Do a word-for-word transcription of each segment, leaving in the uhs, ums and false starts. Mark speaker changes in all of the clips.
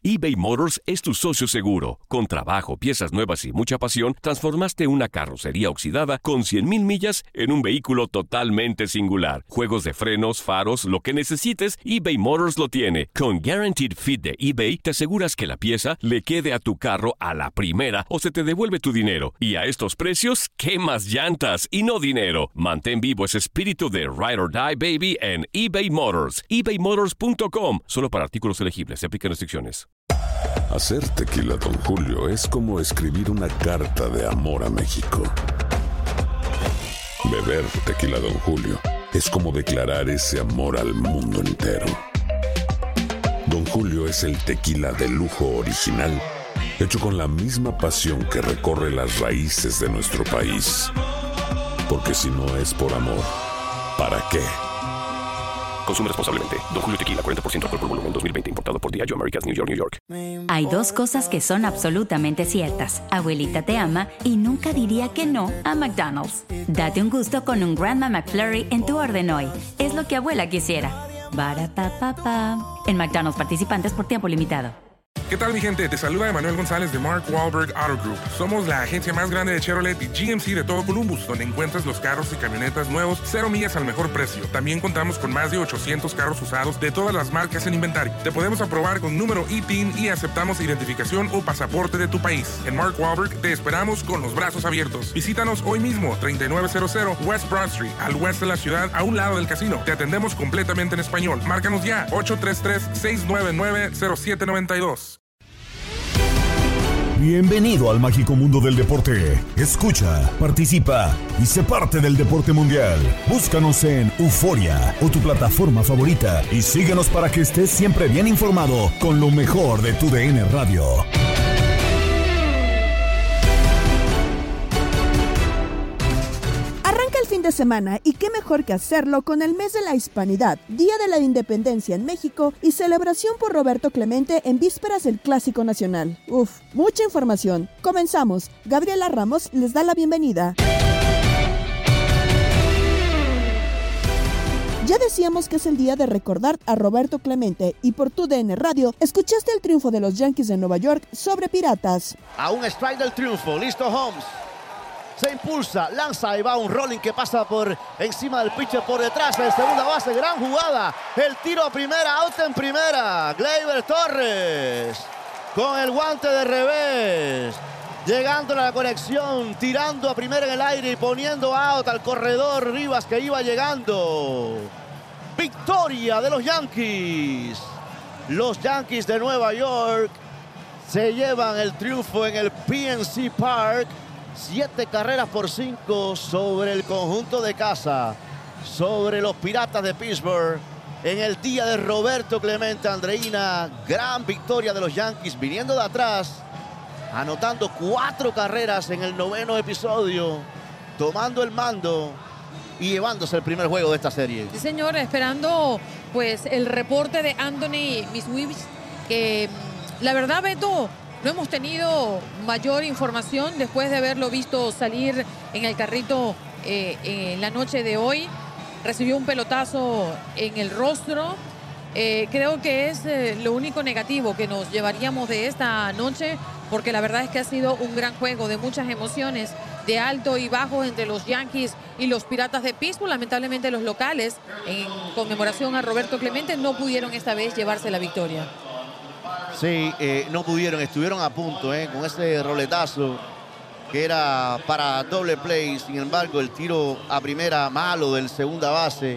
Speaker 1: eBay Motors es tu socio seguro. Con trabajo, piezas nuevas y mucha pasión, transformaste una carrocería oxidada con cien mil millas en un vehículo totalmente singular. Juegos de frenos, faros, lo que necesites, eBay Motors lo tiene. Con Guaranteed Fit de eBay, te aseguras que la pieza le quede a tu carro a la primera o se te devuelve tu dinero. Y a estos precios, ¿qué más llantas y no dinero? Mantén vivo ese espíritu de Ride or Die, baby, en eBay Motors. ebay motors punto com. Solo para artículos elegibles. Se aplican restricciones.
Speaker 2: Hacer tequila Don Julio es como escribir una carta de amor a México. Beber tequila Don Julio es como declarar ese amor al mundo entero. Don Julio es el tequila de lujo original, hecho con la misma pasión que recorre las raíces de nuestro país. Porque si no es por amor, ¿para qué?
Speaker 1: Consume responsablemente. Don Julio Tequila, cuarenta por ciento alcohol por volumen, dos mil veinte. Importado por Diageo Americas, New York, New York.
Speaker 3: Hay dos cosas que son absolutamente ciertas. Abuelita te ama y nunca diría que no a McDonald's. Date un gusto con un Grandma McFlurry en tu orden hoy. Es lo que abuela quisiera. Baratapapa. En McDonald's participantes por tiempo limitado.
Speaker 4: ¿Qué tal, mi gente? Te saluda Emanuel González de Mark Wahlberg Auto Group. Somos la agencia más grande de Chevrolet y G M C de todo Columbus, donde encuentras los carros y camionetas nuevos, cero millas al mejor precio. También contamos con más de ochocientos carros usados de todas las marcas en inventario. Te podemos aprobar con número I T I N y aceptamos identificación o pasaporte de tu país. En Mark Wahlberg te esperamos con los brazos abiertos. Visítanos hoy mismo, treinta y nueve cero cero West Broad Street, al oeste de la ciudad, a un lado del casino. Te atendemos completamente en español. Márcanos ya, ocho tres tres, seis nueve nueve, cero siete nueve dos.
Speaker 5: Bienvenido al mágico mundo del deporte. Escucha, participa y sé parte del deporte mundial. Búscanos en Euforia o tu plataforma favorita y síguenos para que estés siempre bien informado con lo mejor de tu D N Radio.
Speaker 6: Fin de semana, y qué mejor que hacerlo con el mes de la Hispanidad, Día de la Independencia en México y celebración por Roberto Clemente en vísperas del Clásico Nacional. Uf, mucha información. Comenzamos. Gabriela Ramos les da la bienvenida. Ya decíamos que es el día de recordar a Roberto Clemente y por tu D N Radio escuchaste el triunfo de los Yankees de Nueva York sobre Piratas.
Speaker 7: A un strike del triunfo, listo Holmes. Se impulsa, lanza y va un rolling que pasa por encima del pitcher por detrás. En segunda base, gran jugada. El tiro a primera, out en primera. Gleyber Torres con el guante de revés. Llegando a la conexión, tirando a primera en el aire y poniendo out al corredor Rivas que iba llegando. Victoria de los Yankees. Los Yankees de Nueva York se llevan el triunfo en el P N C Park. Siete carreras por cinco sobre el conjunto de casa, sobre los Piratas de Pittsburgh. En el día de Roberto Clemente, Andreina, gran victoria de los Yankees viniendo de atrás, anotando cuatro carreras en el noveno episodio, tomando el mando y llevándose el primer juego de esta serie.
Speaker 8: Sí, señor, esperando pues el reporte de Anthony Miswiewicz, que la verdad, Beto, no hemos tenido mayor información después de haberlo visto salir en el carrito eh, en la noche de hoy. Recibió un pelotazo en el rostro. Eh, creo que es eh, lo único negativo que nos llevaríamos de esta noche, porque la verdad es que ha sido un gran juego de muchas emociones, de alto y bajo entre los Yankees y los Piratas de Pittsburgh. Lamentablemente los locales, en conmemoración a Roberto Clemente, no pudieron esta vez llevarse la victoria.
Speaker 7: Sí, eh, no pudieron, estuvieron a punto eh, con ese roletazo que era para doble play. Sin embargo, el tiro a primera malo del segunda base,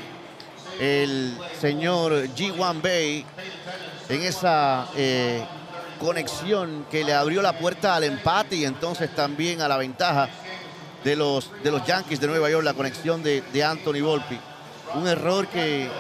Speaker 7: el señor Ji-hwan Bae, en esa eh, conexión que le abrió la puerta al empate y entonces también a la ventaja de los, de los Yankees de Nueva York, la conexión de, de Anthony Volpe. Un error que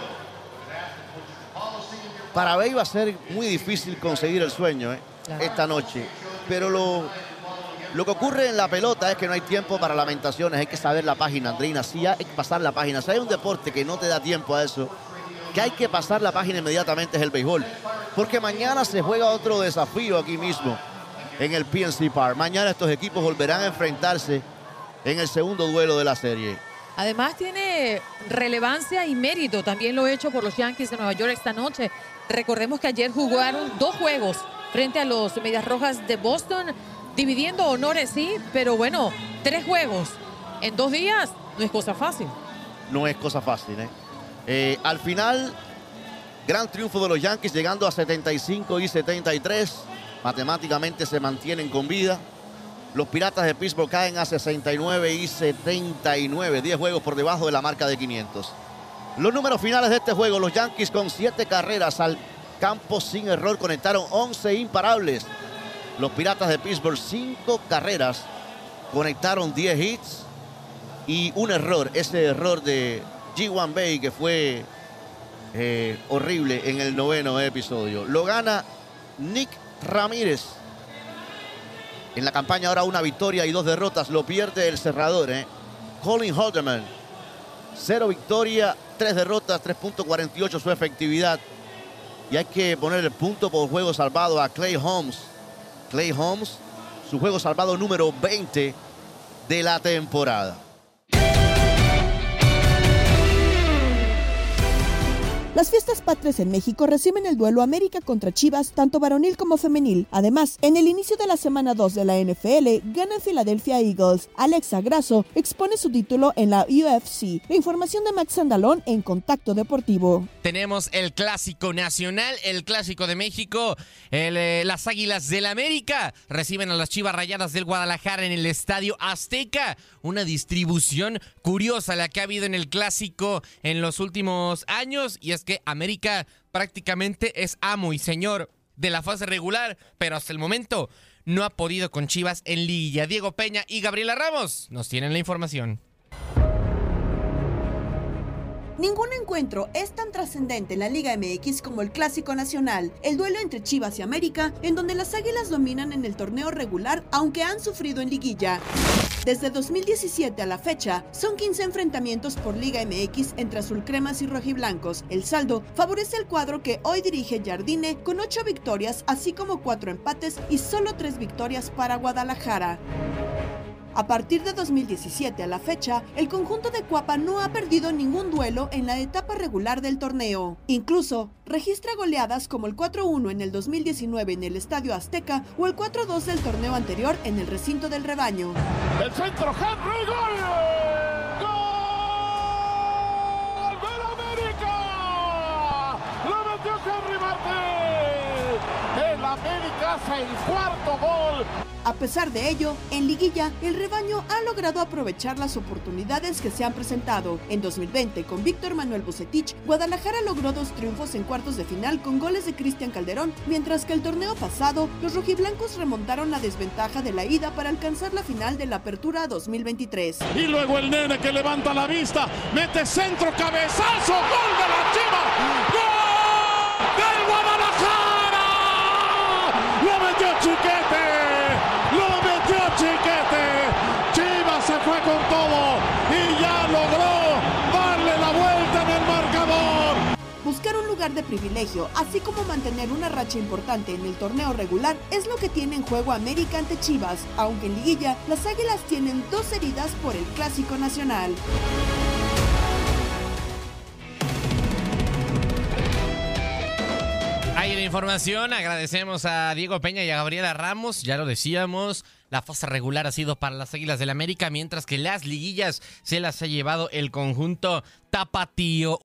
Speaker 7: para Bae va a ser muy difícil conseguir el sueño eh, claro. esta noche. Pero lo, lo que ocurre en la pelota es que no hay tiempo para lamentaciones. Hay que saber la página, Andreina. Sí, hay que pasar la página. Si hay un deporte que no te da tiempo a eso, que hay que pasar la página inmediatamente, es el béisbol. Porque mañana se juega otro desafío aquí mismo en el P N C Park. Mañana estos equipos volverán a enfrentarse en el segundo duelo de la serie.
Speaker 8: Además tiene relevancia y mérito también lo hecho por los Yankees de Nueva York esta noche. Recordemos que ayer jugaron dos juegos frente a los Medias Rojas de Boston, dividiendo honores, sí, pero bueno, tres juegos en dos días no es cosa fácil.
Speaker 7: No es cosa fácil, ¿eh? Eh, al final, gran triunfo de los Yankees, llegando a setenta y cinco y setenta y tres. Matemáticamente se mantienen con vida. Los Piratas de Pittsburgh caen a sesenta y nueve y setenta y nueve. diez juegos por debajo de la marca de quinientos. Los números finales de este juego, los Yankees con siete carreras al campo sin error, conectaron once imparables. Los Piratas de Pittsburgh, cinco carreras, conectaron diez hits y un error, ese error de Ji-Hwan Bae que fue eh, horrible en el noveno episodio. Lo gana Nick Ramírez. En la campaña ahora una victoria y dos derrotas, lo pierde el cerrador, ¿eh? Colin Halderman. Cero victoria, tres derrotas, tres punto cuarenta y ocho su efectividad. Y hay que poner el punto por juego salvado a Clay Holmes. Clay Holmes, su juego salvado número veinte de la temporada.
Speaker 6: Las fiestas patrias en México reciben el duelo América contra Chivas, tanto varonil como femenil. Además, en el inicio de la semana dos de la N F L, ganan Philadelphia Eagles. Alexa Grasso expone su título en la U F C. La información de Max Andalón en Contacto Deportivo.
Speaker 9: Tenemos el Clásico Nacional, el Clásico de México. El, eh, las Águilas del América reciben a las Chivas Rayadas del Guadalajara en el Estadio Azteca. Una distribución curiosa la que ha habido en el Clásico en los últimos años, y es que América prácticamente es amo y señor de la fase regular, pero hasta el momento no ha podido con Chivas en liguilla. Diego Peña y Gabriela Ramos nos tienen la información.
Speaker 6: Ningún encuentro es tan trascendente en la Liga M X como el Clásico Nacional, el duelo entre Chivas y América, en donde las Águilas dominan en el torneo regular, aunque han sufrido en liguilla. Desde dos mil diecisiete a la fecha, son quince enfrentamientos por Liga M X entre azulcremas y rojiblancos. El saldo favorece al cuadro que hoy dirige Jardine, con ocho victorias, así como cuatro empates y solo tres victorias para Guadalajara. A partir de dos mil diecisiete a la fecha, el conjunto de Cuapa no ha perdido ningún duelo en la etapa regular del torneo. Incluso, registra goleadas como el cuatro uno en el dos mil diecinueve en el Estadio Azteca o el cuatro dos del torneo anterior en el Recinto del Rebaño.
Speaker 10: El centro, Henry, gol. ¡Gol del América! ¡Lo metió Henry Martín! El América hace el cuarto gol.
Speaker 6: A pesar de ello, en liguilla, el rebaño ha logrado aprovechar las oportunidades que se han presentado. En dos mil veinte, con Víctor Manuel Bucetich, Guadalajara logró dos triunfos en cuartos de final con goles de Cristian Calderón, mientras que el torneo pasado, los rojiblancos remontaron la desventaja de la ida para alcanzar la final de la Apertura dos mil veintitrés.
Speaker 10: Y luego el nene que levanta la vista, mete centro, cabezazo, gol de la Chiva, gol del Guadalajara, lo metió Chiquete. ¡Lo metió Chiquete! Chivas se fue con todo y ya logró darle la vuelta en el marcador.
Speaker 6: Buscar un lugar de privilegio, así como mantener una racha importante en el torneo regular, es lo que tiene en juego América ante Chivas, aunque en liguilla las Águilas tienen dos heridas por el Clásico Nacional.
Speaker 9: Ahí la información, agradecemos a Diego Peña y a Gabriela Ramos, ya lo decíamos, la fase regular ha sido para las Águilas del América, mientras que las liguillas se las ha llevado el conjunto tapatío.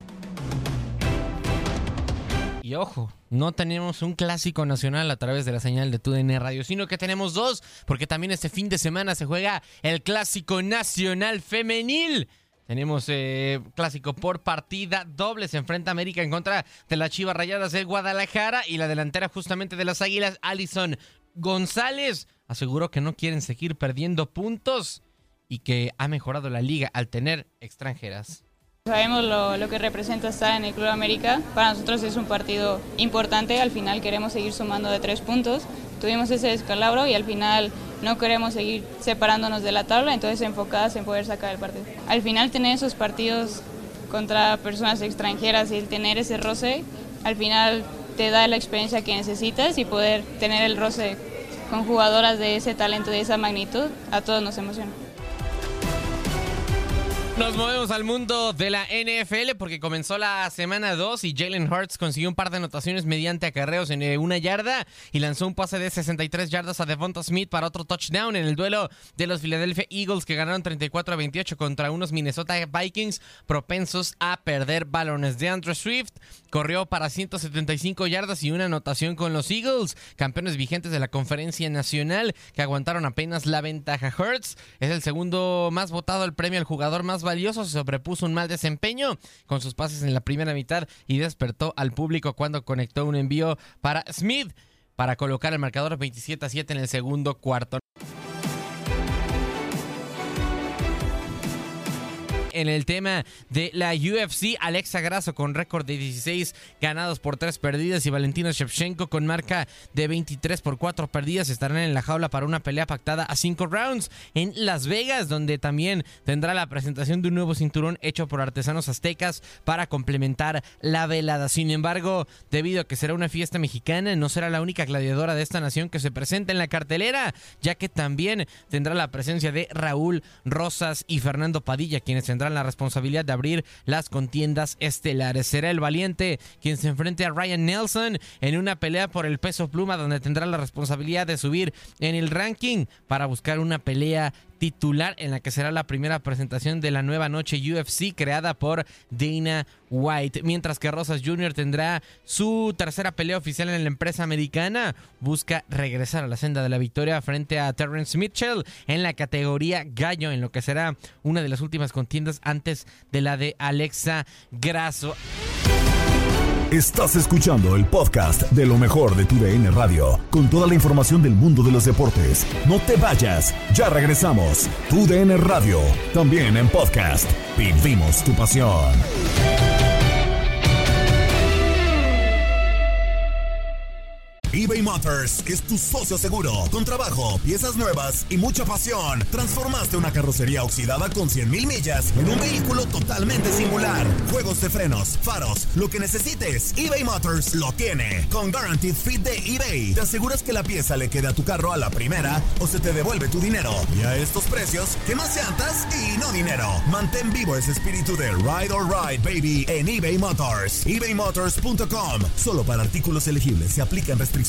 Speaker 9: Y ojo, no tenemos un Clásico Nacional a través de la señal de T U D N Radio, sino que tenemos dos, porque también este fin de semana se juega el Clásico Nacional Femenil. Tenemos eh, clásico por partida doble. Se enfrenta América en contra de las Chivas Rayadas del Guadalajara. Y la delantera justamente de las Águilas, Alison González, aseguró que no quieren seguir perdiendo puntos y que ha mejorado la liga al tener extranjeras.
Speaker 11: Sabemos lo, lo que representa estar en el Club América. Para nosotros es un partido importante. Al final queremos seguir sumando de tres puntos. Tuvimos ese descalabro y al final no queremos seguir separándonos de la tabla, entonces enfocadas en poder sacar el partido. Al final tener esos partidos contra personas extranjeras y el tener ese roce, al final te da la experiencia que necesitas y poder tener el roce con jugadoras de ese talento, de esa magnitud, a todos nos emociona.
Speaker 9: Nos movemos al mundo de la N F L porque comenzó la semana dos y Jalen Hurts consiguió un par de anotaciones mediante acarreos en una yarda y lanzó un pase de sesenta y tres yardas a Devonta Smith para otro touchdown en el duelo de los Philadelphia Eagles, que ganaron treinta y cuatro a veintiocho contra unos Minnesota Vikings propensos a perder balones. DeAndre Swift corrió para ciento setenta y cinco yardas y una anotación con los Eagles, campeones vigentes de la Conferencia Nacional, que aguantaron apenas la ventaja. Hurts es el segundo más votado al premio al jugador más valioso, se sobrepuso un mal desempeño con sus pases en la primera mitad y despertó al público cuando conectó un envío para Smith para colocar el marcador veintisiete a siete en el segundo cuarto. En el tema de la U F C, Alexa Grasso con récord de dieciséis ganados por tres perdidas y Valentina Shevchenko con marca de veintitrés por cuatro perdidas estarán en la jaula para una pelea pactada a cinco rounds en Las Vegas, donde también tendrá la presentación de un nuevo cinturón hecho por artesanos aztecas para complementar la velada. Sin embargo, debido a que será una fiesta mexicana, no será la única gladiadora de esta nación que se presente en la cartelera, ya que también tendrá la presencia de Raúl Rosas y Fernando Padilla, quienes tendrán la responsabilidad de abrir las contiendas estelares. Será el valiente quien se enfrente a Ryan Nelson en una pelea por el peso pluma, donde tendrá la responsabilidad de subir en el ranking para buscar una pelea titular en la que será la primera presentación de la nueva noche U F C creada por Dana White, mientras que Rosas junior tendrá su tercera pelea oficial en la empresa americana. Busca regresar a la senda de la victoria frente a Terrence Mitchell en la categoría gallo, en lo que será una de las últimas contiendas antes de la de Alexa Grasso.
Speaker 5: Estás escuchando el podcast de lo mejor de tu D N Radio, con toda la información del mundo de los deportes. No te vayas, ya regresamos. Tu D N Radio, también en podcast. Vivimos tu pasión. eBay Motors es tu socio seguro. Con trabajo, piezas nuevas y mucha pasión, transformaste una carrocería oxidada con cien mil millas en un vehículo totalmente singular. Juegos de frenos, faros, lo que necesites, eBay Motors lo tiene. Con Guaranteed Fit de eBay, te aseguras que la pieza le quede a tu carro a la primera o se te devuelve tu dinero. Y a estos precios, ¿qué más llantas y no dinero? Mantén vivo ese espíritu de Ride or Ride, baby, en eBay Motors. ebay motors punto com. Solo para artículos elegibles se aplican restricciones.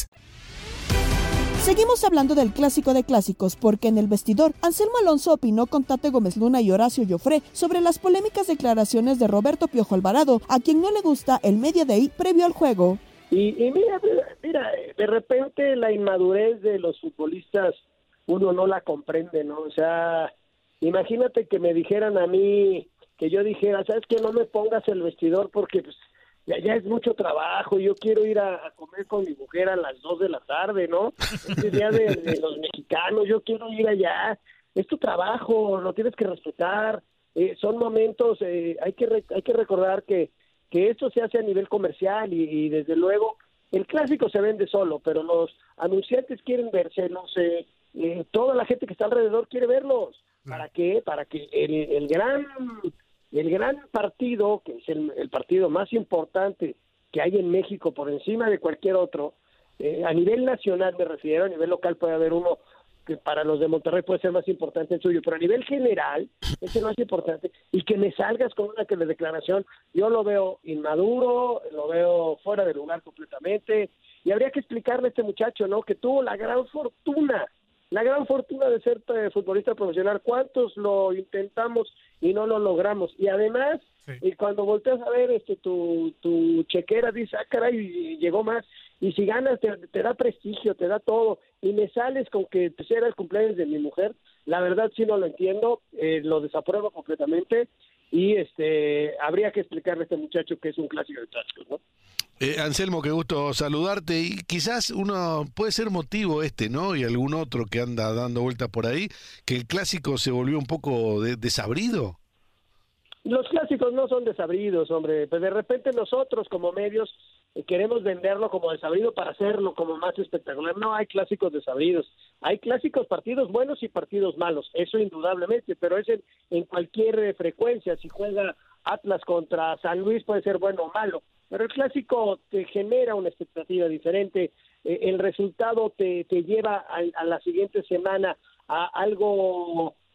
Speaker 6: Seguimos hablando del clásico de clásicos porque en el vestidor Anselmo Alonso opinó con Tate Gómez Luna y Horacio Joffre sobre las polémicas declaraciones de Roberto Piojo Alvarado, a quien no le gusta el Media Day previo al juego.
Speaker 12: Y, y mira, mira, de repente la inmadurez de los futbolistas uno no la comprende, ¿no? O sea, imagínate que me dijeran a mí, que yo dijera, ¿sabes qué? No me pongas el vestidor porque pues, Ya, ya es mucho trabajo, yo quiero ir a, a comer con mi mujer a las dos de la tarde, ¿no? Este día de, de los mexicanos, yo quiero ir allá, es tu trabajo, lo tienes que respetar, eh, son momentos, eh, hay que re, hay que recordar que, que esto se hace a nivel comercial y, y desde luego el clásico se vende solo, pero los anunciantes quieren verse, no sé, eh, toda la gente que está alrededor quiere verlos, ¿para qué? Para que el, el gran... El gran partido, que es el, el partido más importante que hay en México por encima de cualquier otro, eh, a nivel nacional me refiero, a nivel local puede haber uno que para los de Monterrey puede ser más importante el suyo, pero a nivel general es el más importante, y que me salgas con una que de declaración, yo lo veo inmaduro, lo veo fuera de lugar completamente, y habría que explicarle a este muchacho, ¿no?, que tuvo la gran fortuna, la gran fortuna de ser eh, futbolista profesional. ¿Cuántos lo intentamos y no lo logramos? Y además, sí. y cuando volteas a ver este tu, tu chequera, dices, ah, caray, llegó más. Y si ganas, te, te da prestigio, te da todo. Y me sales con que pues, era el cumpleaños de mi mujer. La verdad sí no lo entiendo, eh, lo desapruebo completamente. Y este habría que explicarle a este muchacho que es un clásico de clásicos, ¿no?
Speaker 13: Eh, Anselmo, qué gusto saludarte, y quizás uno puede ser motivo este, ¿no? Y algún otro que anda dando vueltas por ahí, que el clásico se volvió un poco de, desabrido.
Speaker 12: Los clásicos no son desabridos, hombre, pues de repente nosotros como medios eh, queremos venderlo como desabrido para hacerlo como más espectacular. No hay clásicos desabridos, hay clásicos, partidos buenos y partidos malos, eso indudablemente, pero es en, en cualquier eh, frecuencia. Si juega Atlas contra San Luis puede ser bueno o malo, pero el clásico te genera una expectativa diferente, eh, el resultado te, te lleva a, a la siguiente semana a algo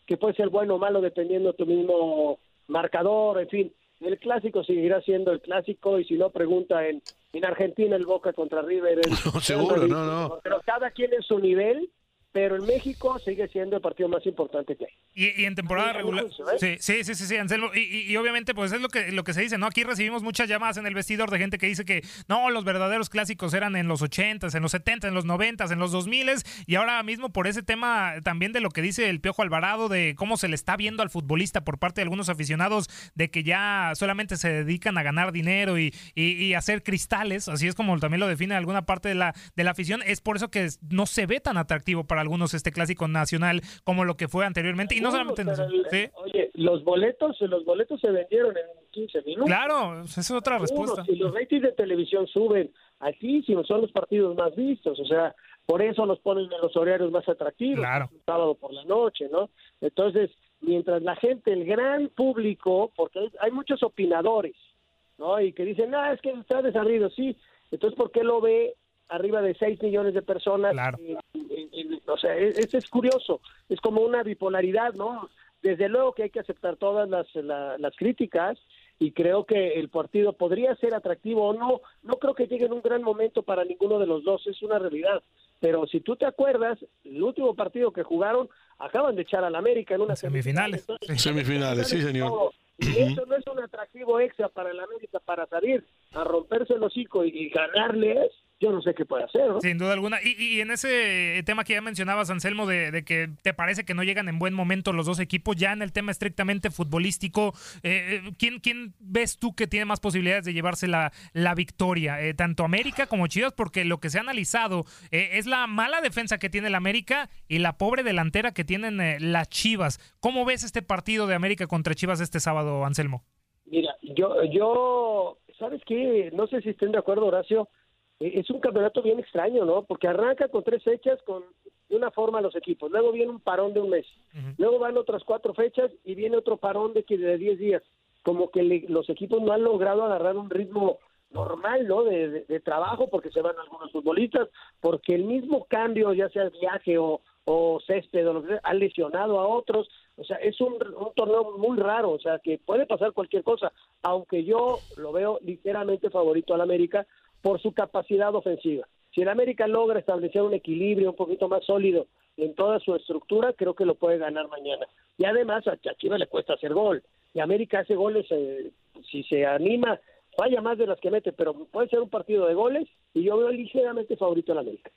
Speaker 12: que puede ser bueno o malo dependiendo de tu mismo marcador, en fin. El clásico seguirá siendo el clásico, y si no, pregunta en, en Argentina el Boca contra River. El,
Speaker 13: no, seguro,
Speaker 12: el,
Speaker 13: no, no.
Speaker 12: Pero cada quien en su nivel, pero en México sigue siendo el partido más importante que hay.
Speaker 14: Y, y en temporada
Speaker 12: Sí,
Speaker 14: regular.
Speaker 12: mucho, ¿eh?
Speaker 14: Sí, sí, sí, sí, sí, Anselmo. Y, y, y obviamente, pues es lo que, lo que se dice, ¿no? Aquí recibimos muchas llamadas en el vestidor de gente que dice que no, los verdaderos clásicos eran en los ochentas, en los setentas, en los noventas, en los dos miles, y ahora mismo por ese tema también de lo que dice el Piojo Alvarado, de cómo se le está viendo al futbolista por parte de algunos aficionados, de que ya solamente se dedican a ganar dinero y, y, y hacer cristales, así es como también lo define alguna parte de la, de la afición. Es por eso que no se ve tan atractivo para algunos este clásico nacional como lo que fue anteriormente. Y no solamente en
Speaker 12: Pero,
Speaker 14: ¿sí?
Speaker 12: Oye, los boletos, los boletos se vendieron en quince minutos.
Speaker 14: Claro, esa es otra respuesta.
Speaker 12: Si los ratings de televisión suben altísimos, son los partidos más vistos, o sea, por eso los ponen en los horarios más atractivos,
Speaker 14: claro.
Speaker 12: Un sábado por la noche, ¿no? Entonces, mientras la gente, el gran público, porque hay, hay muchos opinadores, ¿no? Y que dicen, ah, es que está desarrido, sí. Entonces, ¿por qué lo ve arriba de seis millones de personas?
Speaker 14: Claro.
Speaker 12: En, en, en, o sea, es, es curioso, es como una bipolaridad, ¿no? Desde luego que hay que aceptar todas las, la, las críticas, y creo que el partido podría ser atractivo o no. No creo que llegue en un gran momento para ninguno de los dos, es una realidad. Pero si tú te acuerdas, el último partido que jugaron, acaban de echar al América en una
Speaker 14: semifinales.
Speaker 12: Entonces,
Speaker 13: sí. Semifinales, sí, señor.
Speaker 12: Todo. Y eso no es un atractivo extra para el América para salir a romperse el hocico y, y ganarles. Yo no sé qué puede hacer, ¿no?
Speaker 14: Sin duda alguna. Y, y en ese tema que ya mencionabas, Anselmo, de, de que te parece que no llegan en buen momento los dos equipos, ya en el tema estrictamente futbolístico, eh, ¿quién, ¿quién ves tú que tiene más posibilidades de llevarse la, la victoria? Eh, tanto América como Chivas, porque lo que se ha analizado eh, es la mala defensa que tiene el América y la pobre delantera que tienen eh, las Chivas. ¿Cómo ves este partido de América contra Chivas este sábado, Anselmo?
Speaker 12: Mira, yo, yo, ¿sabes qué? No sé si estén de acuerdo, Horacio. Es un campeonato bien extraño, ¿no? Porque arranca con tres fechas con de una forma los equipos, luego viene un parón de un mes, uh-huh. Luego van otras cuatro fechas y viene otro parón de, de diez días. Como que le, los equipos no han logrado agarrar un ritmo normal, ¿no? De, de, de trabajo, porque se van algunos futbolistas, porque el mismo cambio, ya sea viaje o, o césped, o lo que sea, ha lesionado a otros. O sea, es un, un torneo muy raro, o sea, que puede pasar cualquier cosa, aunque yo lo veo ligeramente favorito al América por su capacidad ofensiva. Si el América logra establecer un equilibrio un poquito más sólido en toda su estructura, creo que lo puede ganar mañana. Y además a Chivas le cuesta hacer gol, y América hace goles, eh, si se anima, falla más de las que mete, pero puede ser un partido de goles, y yo veo ligeramente favorito al América.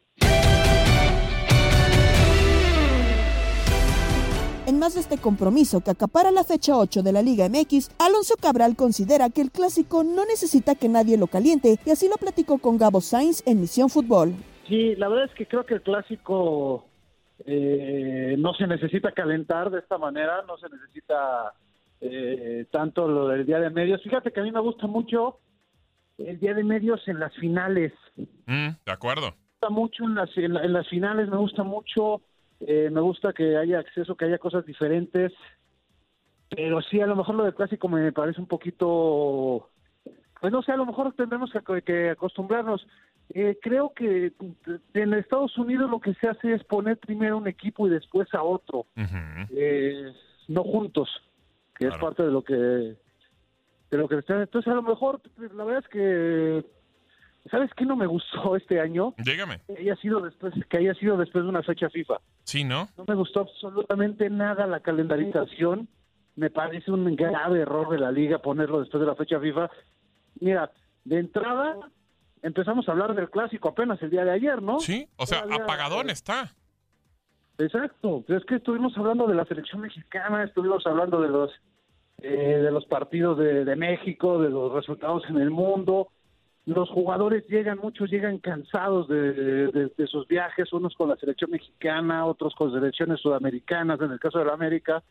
Speaker 6: En más de este compromiso que acapara la fecha ocho de la Liga M X, Alonso Cabral considera que el clásico no necesita que nadie lo caliente, y así lo platicó con Gabo Sainz en Misión Fútbol.
Speaker 15: Sí, la verdad es que creo que el clásico eh, no se necesita calentar de esta manera, no se necesita eh, tanto lo del día de medios. Fíjate que a mí me gusta mucho el día de medios en las finales.
Speaker 16: Mm, de acuerdo.
Speaker 15: Me gusta mucho en las, en, en las finales, me gusta mucho... Eh, me gusta que haya acceso, que haya cosas diferentes, pero sí, a lo mejor lo del clásico me parece un poquito, pues no sé, a lo mejor tendremos que, que acostumbrarnos. Eh, creo que en Estados Unidos lo que se hace es poner primero un equipo y después a otro, uh-huh. eh, no juntos, que claro. Es parte de lo que de lo que están. Entonces, a lo mejor, la verdad es que ¿sabes qué no me gustó este año?
Speaker 16: Dígame.
Speaker 15: Que haya sido después, que haya sido después de una fecha FIFA.
Speaker 16: Sí, ¿no?
Speaker 15: No me gustó absolutamente nada la calendarización. Me parece un grave error de la liga ponerlo después de la fecha FIFA. Mira, de entrada empezamos a hablar del clásico apenas el día de ayer, ¿no?
Speaker 16: Sí, o sea, Todavía, apagadón eh, está.
Speaker 15: Exacto. Es que estuvimos hablando de la selección mexicana, estuvimos hablando de los eh, de los partidos de, de México, de los resultados en el mundo. Los jugadores llegan, muchos llegan cansados de, de, de sus viajes, unos con la selección mexicana, otros con selecciones sudamericanas, en el caso de la América.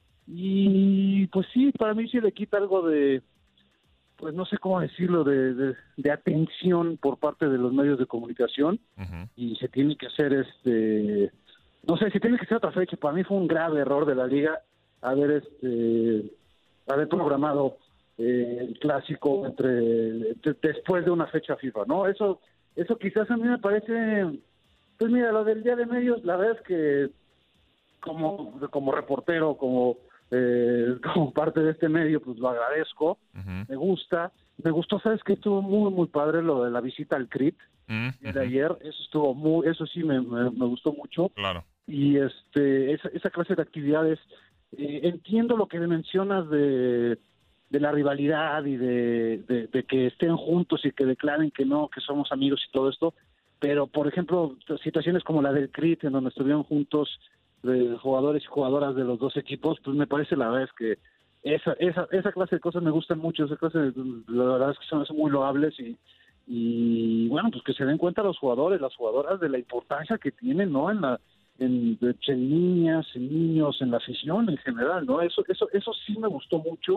Speaker 15: Y pues sí, para mí sí le quita algo de, pues no sé cómo decirlo, de, de, de atención por parte de los medios de comunicación. Uh-huh. Y se tiene que hacer, este no sé, se tiene que hacer otra fecha. Para mí fue un grave error de la liga haber, este haber programado Eh, el clásico entre de, después de una fecha FIFA, ¿no? Eso eso quizás a mí me parece, pues mira, lo del día de medios, la verdad es que como, como reportero, como, eh, como parte de este medio, pues lo agradezco, uh-huh. me gusta. Me gustó, ¿sabes qué? Estuvo muy, muy padre lo de la visita al C R I T uh-huh. de ayer. Eso estuvo muy, eso sí me, me, me gustó mucho.
Speaker 16: Claro.
Speaker 15: Y este, esa, esa clase de actividades, eh, entiendo lo que mencionas de, de la rivalidad y de, de, de que estén juntos y que declaren que no, que somos amigos y todo esto. Pero, por ejemplo, situaciones como la del C R I T, en donde estuvieron juntos eh, jugadores y jugadoras de los dos equipos, pues me parece la verdad es que Esa, esa, esa clase de cosas me gustan mucho, esa clase de, la verdad es que son muy loables y, y bueno, pues que se den cuenta los jugadores, las jugadoras de la importancia que tienen, ¿no? En la en, en niñas, en niños, en la afición en general, ¿no? Eso, eso, eso sí me gustó mucho.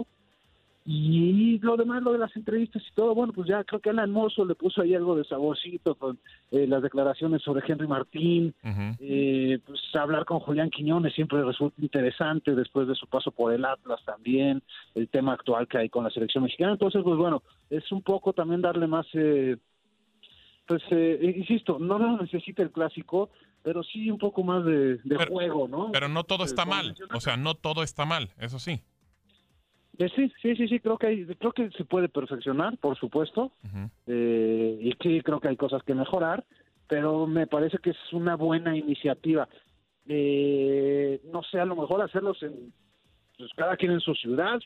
Speaker 15: Y lo demás, lo de las entrevistas y todo, bueno, pues ya creo que Alan Mozo le puso ahí algo de saborcito con eh, las declaraciones sobre Henry Martín, uh-huh. eh, pues hablar con Julián Quiñones siempre resulta interesante después de su paso por el Atlas también, el tema actual que hay con la selección mexicana. Entonces, pues bueno, es un poco también darle más, eh, pues, eh, insisto, no lo necesita el clásico, pero sí un poco más de, de
Speaker 16: pero,
Speaker 15: juego, ¿no?
Speaker 16: Pero no todo está mal, o sea, no todo está mal, eso sí.
Speaker 15: Eh, sí, sí, sí, sí, creo que hay, creo que se puede perfeccionar, por supuesto, uh-huh. eh, y sí, creo que hay cosas que mejorar, pero me parece que es una buena iniciativa. Eh, no sé, a lo mejor hacerlos en, pues cada quien en su ciudad,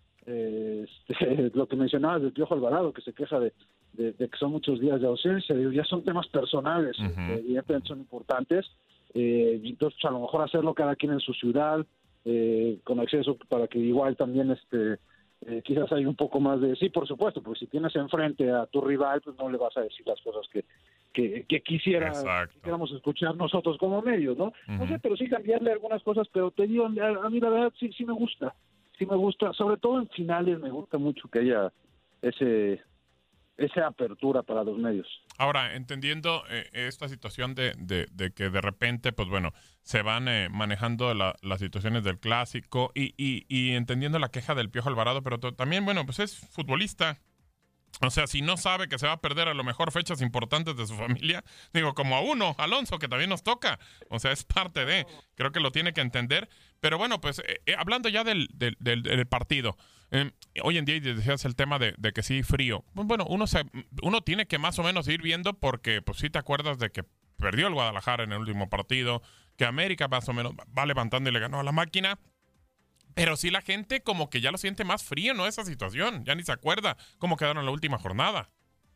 Speaker 15: eh, este, lo que mencionabas del Piojo Alvarado, que se queja de, de, de que son muchos días de ausencia, ya son temas personales, uh-huh. eh, evidentemente son importantes, eh, entonces pues, a lo mejor hacerlo cada quien en su ciudad, Eh, con acceso para que igual también este eh, quizás hay un poco más de sí, por supuesto, porque si tienes enfrente a tu rival, pues no le vas a decir las cosas que que, que quisiera quisiéramos escuchar nosotros como medios, ¿no? Uh-huh. No sé, pero sí cambiarle algunas cosas, pero te digo, a, a mí la verdad sí sí me gusta, sí me gusta, sobre todo en finales me gusta mucho que haya ese esa apertura para los medios.
Speaker 16: Ahora, entendiendo eh, esta situación de, de, de que de repente, pues bueno, se van eh, manejando la, las situaciones del clásico y, y, y entendiendo la queja del Piojo Alvarado, pero to- también, bueno, pues es futbolista. O sea, si no sabe que se va a perder a lo mejor fechas importantes de su familia, digo, como a uno, Alonso, que también nos toca. O sea, es parte de, creo que lo tiene que entender. Pero bueno, pues eh, eh, hablando ya del, del, del, del partido, eh, hoy en día decías el tema de, de que sí, frío. Bueno, uno, se, uno tiene que más o menos ir viendo porque, pues sí te acuerdas de que perdió el Guadalajara en el último partido, que América más o menos va levantando y le ganó a la máquina. Pero sí la gente como que ya lo siente más frío, ¿no? Esa situación, ya ni se acuerda cómo quedaron en la última jornada.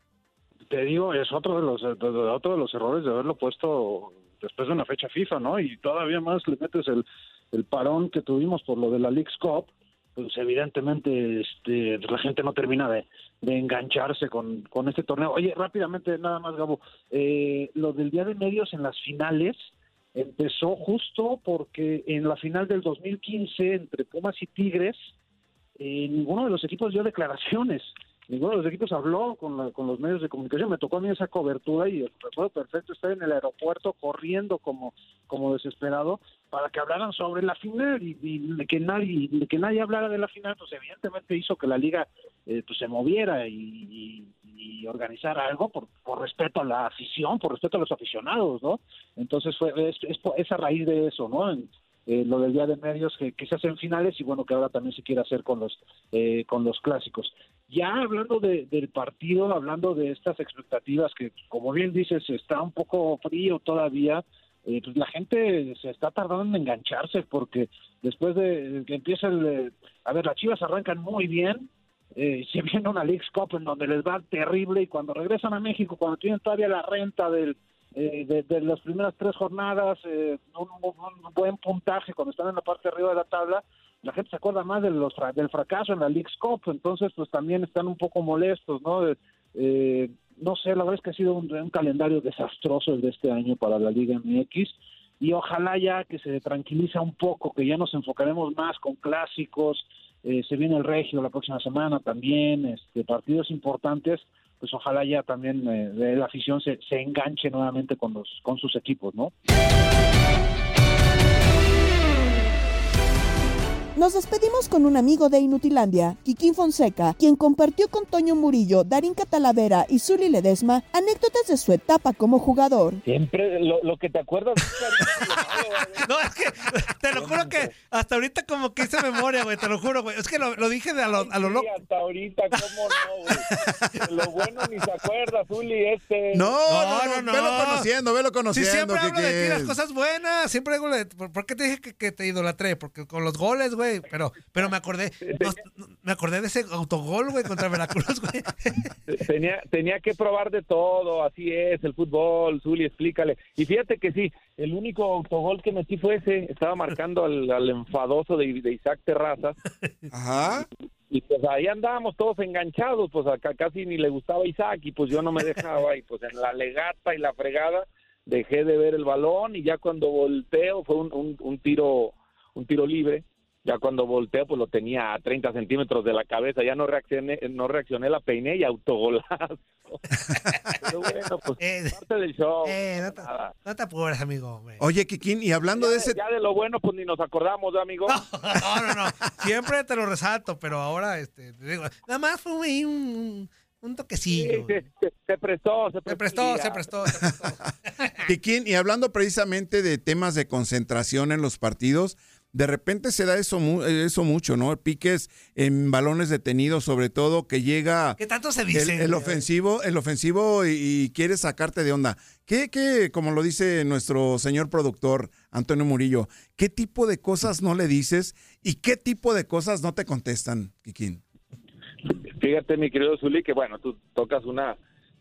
Speaker 15: Te digo, es otro de los otro de los errores de haberlo puesto después de una fecha FIFA, ¿no? Y todavía más le metes el, el parón que tuvimos por lo de la Leagues Cup, pues evidentemente este, la gente no termina de, de engancharse con, con este torneo. Oye, rápidamente, nada más, Gabo, eh, lo del día de medios en las finales empezó justo porque en la final del dos mil quince entre Pumas y Tigres, eh, ninguno de los equipos dio declaraciones, ninguno de los equipos habló con, la, con los medios de comunicación. Me tocó a mí esa cobertura y recuerdo perfecto estar en el aeropuerto corriendo como, como desesperado para que hablaran sobre la final y, y de que nadie de que nadie hablara de la final, pues evidentemente hizo que la liga eh, pues se moviera y, y, y organizara algo por, por respeto a la afición, por respeto a los aficionados, ¿no? Entonces fue es, es, es a raíz de eso, ¿no? En, eh, lo del día de medios que, que se hacen finales y bueno, que ahora también se quiere hacer con los eh, con los clásicos. Ya hablando de, del partido, hablando de estas expectativas que, como bien dices, está un poco frío todavía, eh, pues la gente se está tardando en engancharse porque después de que empieza el... A ver, las Chivas arrancan muy bien, eh, se viene una Leagues Cup en donde les va terrible y cuando regresan a México, cuando tienen todavía la renta del... Eh, de, de las primeras tres jornadas, eh, un, un buen puntaje cuando están en la parte de arriba de la tabla, la gente se acuerda más de los, del fracaso en la Leagues Cup, entonces pues también están un poco molestos, ¿no? Eh, no sé, la verdad es que ha sido un, un calendario desastroso el de este año para la Liga M X y ojalá ya que se tranquiliza un poco, que ya nos enfocaremos más con clásicos, eh, se viene el Regio la próxima semana también, este, partidos importantes, pues ojalá ya también eh, la afición se, se enganche nuevamente con los con sus equipos, ¿no?
Speaker 6: Nos despedimos con un amigo de Inutilandia, Kikín Fonseca, quien compartió con Toño Murillo, Darín Catalavera y Zuli Ledesma anécdotas de su etapa como jugador.
Speaker 17: Siempre lo, lo que te acuerdas.
Speaker 18: No, es que te lo juro que hasta ahorita como que hice memoria, güey, te lo juro, güey. Es que lo, lo dije de a lo, a lo
Speaker 17: sí,
Speaker 18: loco.
Speaker 17: Hasta ahorita, ¿cómo no, güey? Lo bueno ni se acuerda, Zuli, este.
Speaker 19: No, no, no, no, velo conociendo, velo conociendo.
Speaker 18: Sí, siempre
Speaker 19: que,
Speaker 18: hablo de
Speaker 19: que...
Speaker 18: ti las cosas buenas, siempre digo, ¿por, ¿por qué te dije que, que te idolatré? Porque con los goles, güey, pero, pero me acordé, no, me acordé de ese autogol, güey, contra Veracruz, güey.
Speaker 17: Tenía, tenía que probar de todo, así es, el fútbol, Zuli, explícale. Y fíjate que sí, el único autogol que metí fue ese, estaba marcando al, al enfadoso de, de Isaac Terrazas.
Speaker 19: Ajá.
Speaker 17: Y, y pues ahí andábamos todos enganchados, pues acá casi ni le gustaba Isaac y pues yo no me dejaba y pues en la legata y la fregada dejé de ver el balón y ya cuando volteo fue un, un, un tiro un tiro libre. Ya cuando volteo, pues lo tenía a treinta centímetros de la cabeza. Ya no reaccioné, no reaccioné, la peiné y autogolazo. Pero bueno, pues
Speaker 18: eh,
Speaker 17: parte del show.
Speaker 18: Eh, no, te, no te apures, amigo. Güey.
Speaker 19: Oye, Kikín, y hablando
Speaker 17: ya,
Speaker 19: de ese...
Speaker 17: Ya de lo bueno, pues ni nos acordamos, ¿eh, amigo?
Speaker 18: No, no, no. Siempre te lo resalto, pero ahora, este, te digo, nada más fue ahí un, un toquecillo.
Speaker 17: Sí, se, se, se prestó, se prestó.
Speaker 18: Se prestó, se prestó, se prestó.
Speaker 19: Kikín, y hablando precisamente de temas de concentración en los partidos, de repente se da eso, eso mucho, ¿no? Piques en balones detenidos, sobre todo, que llega
Speaker 18: ¿Qué tanto se dice?
Speaker 19: el, el ofensivo, el ofensivo y, y quiere sacarte de onda. ¿Qué, qué, como lo dice nuestro señor productor Antonio Murillo, qué tipo de cosas no le dices y qué tipo de cosas no te contestan, Kikín?
Speaker 17: Fíjate, mi querido Zuli, que bueno, tú tocas una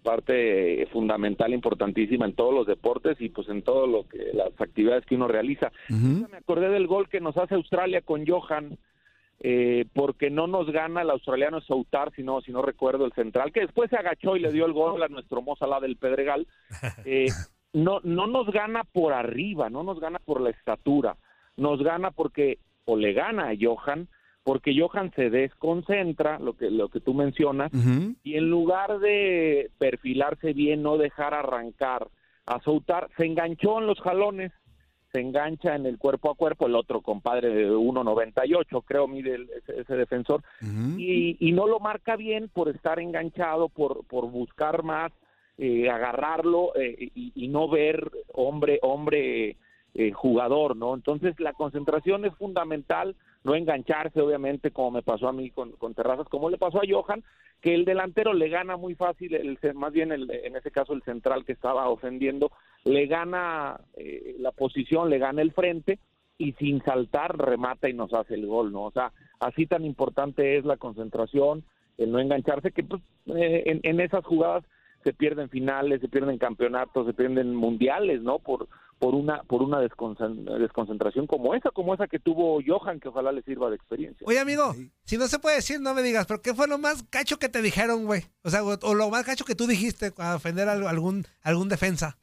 Speaker 17: parte fundamental, importantísima en todos los deportes y pues en todo lo que las actividades que uno realiza. Uh-huh. Me acordé del gol que nos hace Australia con Johan, eh, porque no nos gana el australiano Soutar, si no, si no recuerdo, el central, que después se agachó y le dio el gol a nuestro Mo Salah del Pedregal. Eh, no, no nos gana por arriba, no nos gana por la estatura, nos gana porque, o le gana a Johan, porque Johan se desconcentra, lo que lo que tú mencionas, uh-huh. y en lugar de perfilarse bien, no dejar arrancar a Soutar, se enganchó en los jalones, se engancha en el cuerpo a cuerpo, el otro compadre de uno noventa y ocho, creo, mide el, ese, ese defensor, uh-huh. y, y no lo marca bien por estar enganchado, por, por buscar más, eh, agarrarlo eh, y, y no ver hombre, hombre eh, jugador, ¿no? Entonces la concentración es fundamental, no engancharse, obviamente, como me pasó a mí con, con Terrazas, como le pasó a Johan, que el delantero le gana muy fácil, el, más bien el, en ese caso el central que estaba ofendiendo, le gana eh, la posición, le gana el frente, y sin saltar remata y nos hace el gol, ¿no? O sea, así tan importante es la concentración, el no engancharse, que pues, eh, en, en esas jugadas se pierden finales, se pierden campeonatos, se pierden mundiales, ¿no? Por por una por una desconcentración como esa, como esa que tuvo Johan, que ojalá le sirva de experiencia.
Speaker 18: Oye, amigo, si no se puede decir, no me digas, pero ¿qué fue lo más cacho que te dijeron, güey? O sea, o, o lo más cacho que tú dijiste para ofender a algún algún defensa.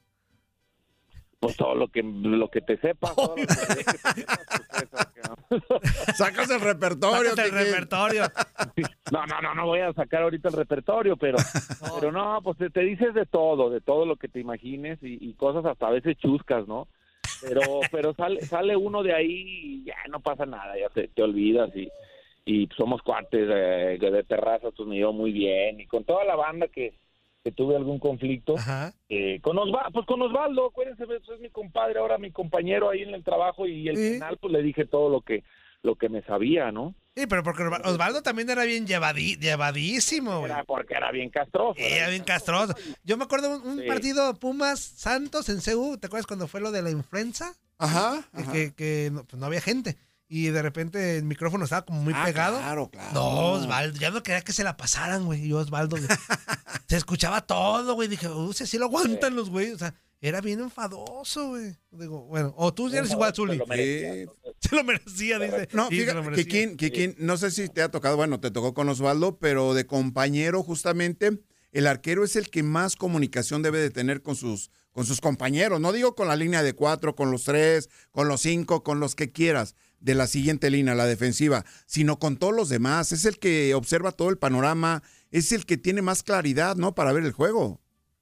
Speaker 17: Pues todo lo que lo que te sepas. Todo lo que te sepas pues,
Speaker 19: sacas el repertorio.
Speaker 18: Sacas el repertorio.
Speaker 17: No, no, no, no voy a sacar ahorita el repertorio, pero no, pero no pues te, te dices de todo, de todo lo que te imagines y, y cosas hasta a veces chuscas, ¿no? Pero pero sale sale uno de ahí y ya no pasa nada, ya te, te olvidas y, y somos cuates de, de Terrazas, pues me dio muy bien y con toda la banda que que tuve algún conflicto, eh, con Osvaldo, pues con Osvaldo, acuérdense, es mi compadre, ahora mi compañero ahí en el trabajo, y al ¿Sí? final pues le dije todo lo que lo que me sabía, ¿no?
Speaker 18: Sí, pero porque Osvaldo también era bien llevadí, llevadísimo, güey.
Speaker 17: Era porque era bien castroso.
Speaker 18: Era, era bien castroso. Yo me acuerdo un, un sí. partido Pumas Santos en C U, ¿te acuerdas cuando fue lo de la influenza?
Speaker 19: Ajá. ajá.
Speaker 18: Que, que no, pues no había gente. Y de repente el micrófono estaba como muy
Speaker 19: ah,
Speaker 18: pegado.
Speaker 19: Claro, claro.
Speaker 18: No, Osvaldo, ya no quería que se la pasaran, güey. Y yo, Osvaldo, güey, se escuchaba todo, güey. Dije, uy, si lo aguantan los güey. O sea, era bien enfadoso, güey. Digo, bueno, o tú eres igual, Zuli.
Speaker 19: Sí.
Speaker 18: Se lo merecía, dice.
Speaker 19: No, sí, fíjate, Kikín, Kikín, no sé si te ha tocado, bueno, te tocó con Osvaldo, pero de compañero, justamente, el arquero es el que más comunicación debe de tener con sus, con sus compañeros. No digo con la línea de cuatro, con los tres, con los cinco, con los que quieras, de la siguiente línea, la defensiva, sino con todos los demás. Es el que observa todo el panorama, es el que tiene más claridad, ¿no?, para ver el juego.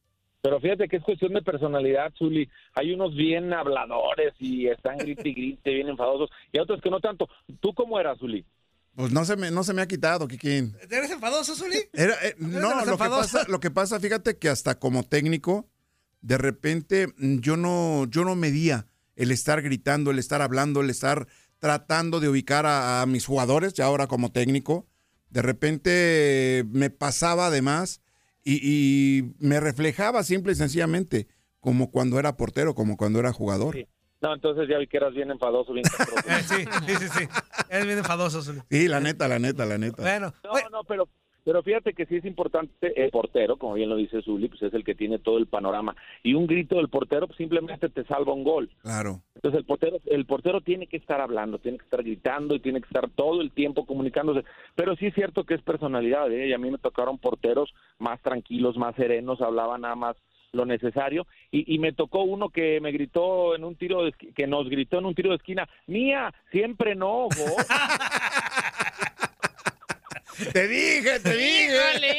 Speaker 17: Pero fíjate que es cuestión de personalidad, Zuli. Hay unos bien habladores y están grite y grite, bien enfadosos, y otros que no tanto. ¿Tú cómo eras, Zuli?
Speaker 19: Pues no se me, no se me ha quitado, Kikín.
Speaker 18: ¿Eres enfadoso, Zuli?
Speaker 19: Era, eh, no, lo que, pasa, lo que pasa, fíjate que hasta como técnico, de repente yo no, yo no medía el estar gritando, el estar hablando, el estar tratando de ubicar a, a mis jugadores, ya ahora como técnico. De repente me pasaba además y, y me reflejaba simple y sencillamente como cuando era portero, como cuando era jugador.
Speaker 17: Sí. No, entonces ya vi que eras bien enfadoso, bien
Speaker 18: eh, sí, sí, sí, sí. Eres bien enfadoso, Zuli.
Speaker 19: Sí, la neta, la neta, la neta.
Speaker 18: Bueno.
Speaker 17: No, no, pero... Pero fíjate que sí es importante el portero, como bien lo dice Zuli, pues es el que tiene todo el panorama. Y un grito del portero pues simplemente te salva un gol.
Speaker 19: Claro.
Speaker 17: Entonces el portero, el portero tiene que estar hablando, tiene que estar gritando y tiene que estar todo el tiempo comunicándose. Pero sí es cierto que es personalidad, ¿eh? Y a mí me tocaron porteros más tranquilos, más serenos, hablaban nada más lo necesario. Y, y me tocó uno que me gritó en un tiro de esqui- que nos gritó en un tiro de esquina, mía, siempre no, go.
Speaker 19: Te dije, te dije.
Speaker 18: ¡Híjole!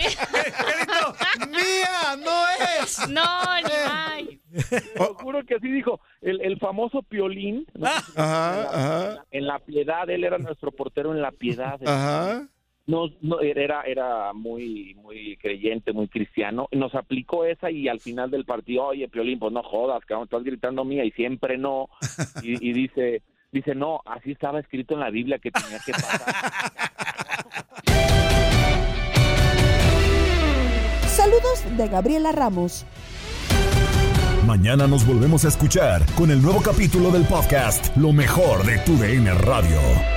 Speaker 18: ¡Mía, no es!
Speaker 20: No, ni hay.
Speaker 17: Te juro que así dijo el, el famoso Piolín. ¿No?
Speaker 19: Ajá,
Speaker 17: en, la,
Speaker 19: ajá.
Speaker 17: en La Piedad, él era nuestro portero en La Piedad.
Speaker 19: Ajá.
Speaker 17: No, no, era, era muy, muy creyente, muy cristiano. Nos aplicó esa y al final del partido, oye, Piolín, pues no jodas, cabrón, estás gritando mía y siempre no. Y, y dice, dice, no, así estaba escrito en la Biblia que tenía que pasar.
Speaker 6: Saludos de Gabriela Ramos.
Speaker 5: Mañana nos volvemos a escuchar con el nuevo capítulo del podcast Lo mejor de tu D N Radio.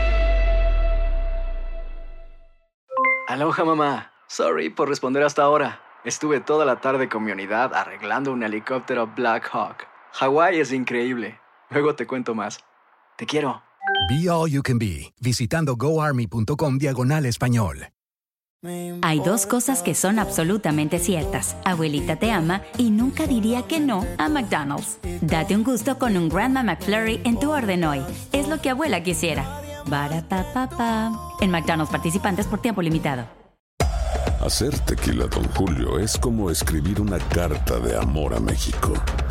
Speaker 21: Aloha, mamá. Sorry por responder hasta ahora. Estuve toda la tarde con mi unidad arreglando un helicóptero Black Hawk. Hawái es increíble. Luego te cuento más. Te quiero.
Speaker 22: Be All You Can Be, visitando goarmy.com diagonal español.
Speaker 3: Hay dos cosas que son absolutamente ciertas. Abuelita te ama y nunca diría que no a McDonald's. Date un gusto con un Grandma McFlurry en tu orden hoy. Es lo que abuela quisiera. Barapapapa. En McDonald's participantes por tiempo limitado.
Speaker 2: Hacer tequila Don Julio es como escribir una carta de amor a México.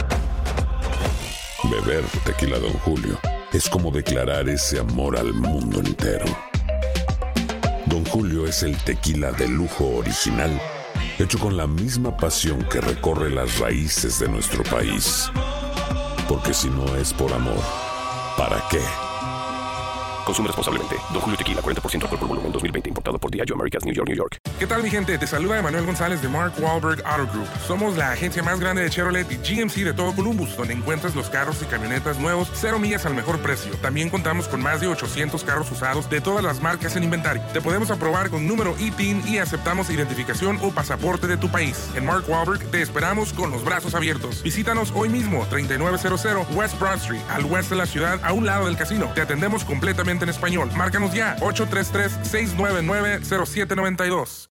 Speaker 2: Beber tequila Don Julio es como declarar ese amor al mundo entero. Don Julio es el tequila de lujo original, hecho con la misma pasión que recorre las raíces de nuestro país. Porque si no es por amor, ¿para qué?
Speaker 1: Consume responsablemente. Don Julio Tequila, cuarenta por ciento alcohol por volumen, dos mil veinte, importado por Diageo Americas, New York, New York.
Speaker 4: ¿Qué tal, mi gente? Te saluda Emanuel González de Mark Wahlberg Auto Group. Somos la agencia más grande de Chevrolet y G M C de todo Columbus, donde encuentras los carros y camionetas nuevos, cero millas al mejor precio. También contamos con más de ochocientos carros usados de todas las marcas en inventario. Te podemos aprobar con número I T I N y aceptamos identificación o pasaporte de tu país. En Mark Wahlberg te esperamos con los brazos abiertos. Visítanos hoy mismo, treinta y nueve cero cero West Broad Street, al oeste de la ciudad, a un lado del casino. Te atendemos completamente en español. Márcanos ya, ocho tres tres, seis nueve nueve, cero siete nueve dos.